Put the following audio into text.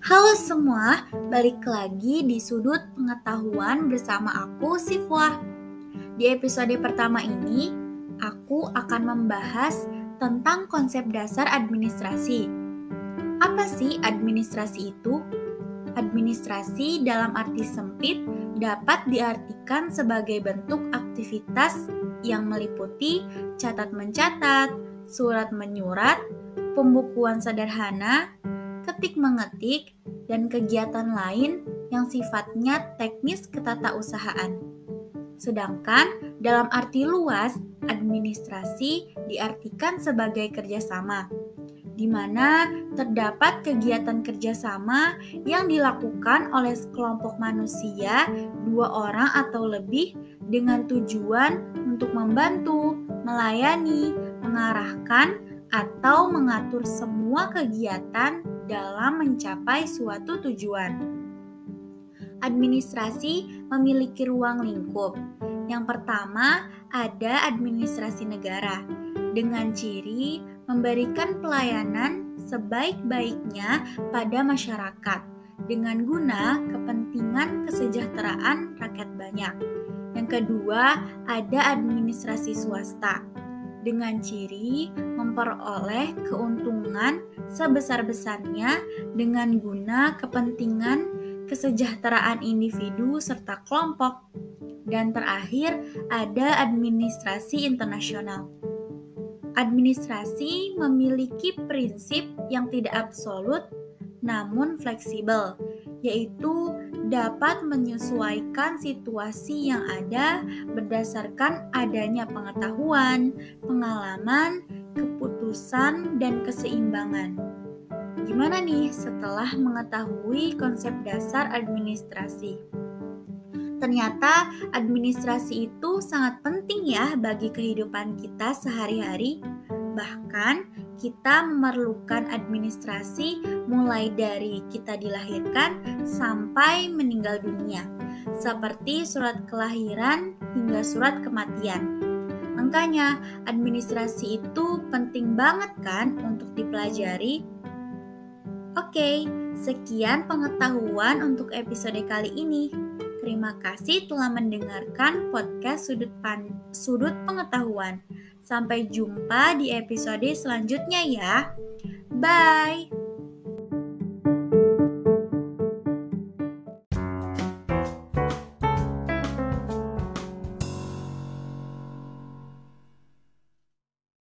Halo semua, balik lagi di Sudut Pengetahuan bersama aku, Sifwah. Di episode pertama ini, aku akan membahas tentang konsep dasar administrasi. Apa sih administrasi itu? Administrasi dalam arti sempit dapat diartikan sebagai bentuk aktivitas yang meliputi catat-mencatat, surat-menyurat, pembukuan sederhana, ketik-mengetik, dan kegiatan lain yang sifatnya teknis ketatausahaan. Sedangkan dalam arti luas, administrasi diartikan sebagai kerjasama, di mana terdapat kegiatan kerjasama yang dilakukan oleh sekelompok manusia, 2 orang atau lebih, dengan tujuan untuk membantu, melayani, mengarahkan, atau mengatur semua kegiatan dalam mencapai suatu tujuan. Administrasi memiliki ruang lingkup. Yang pertama, ada administrasi negara, dengan ciri memberikan pelayanan sebaik-baiknya pada masyarakat, dengan guna kepentingan kesejahteraan rakyat banyak. Yang kedua, ada administrasi swasta, dengan ciri memperoleh keuntungan sebesar-besarnya dengan guna kepentingan kesejahteraan individu serta kelompok. Dan terakhir, ada administrasi internasional. Administrasi memiliki prinsip yang tidak absolut namun fleksibel, yaitu dapat menyesuaikan situasi yang ada berdasarkan adanya pengetahuan, pengalaman, keputusan, dan keseimbangan. Gimana nih setelah mengetahui konsep dasar administrasi? Ternyata administrasi itu sangat penting ya bagi kehidupan kita sehari-hari. Bahkan kita memerlukan administrasi mulai dari kita dilahirkan sampai meninggal dunia, seperti surat kelahiran hingga surat kematian. Makanya administrasi itu penting banget kan untuk dipelajari. Oke, sekian pengetahuan untuk episode kali ini. Terima kasih telah mendengarkan podcast Sudut Pengetahuan. Sampai jumpa di episode selanjutnya ya. Bye.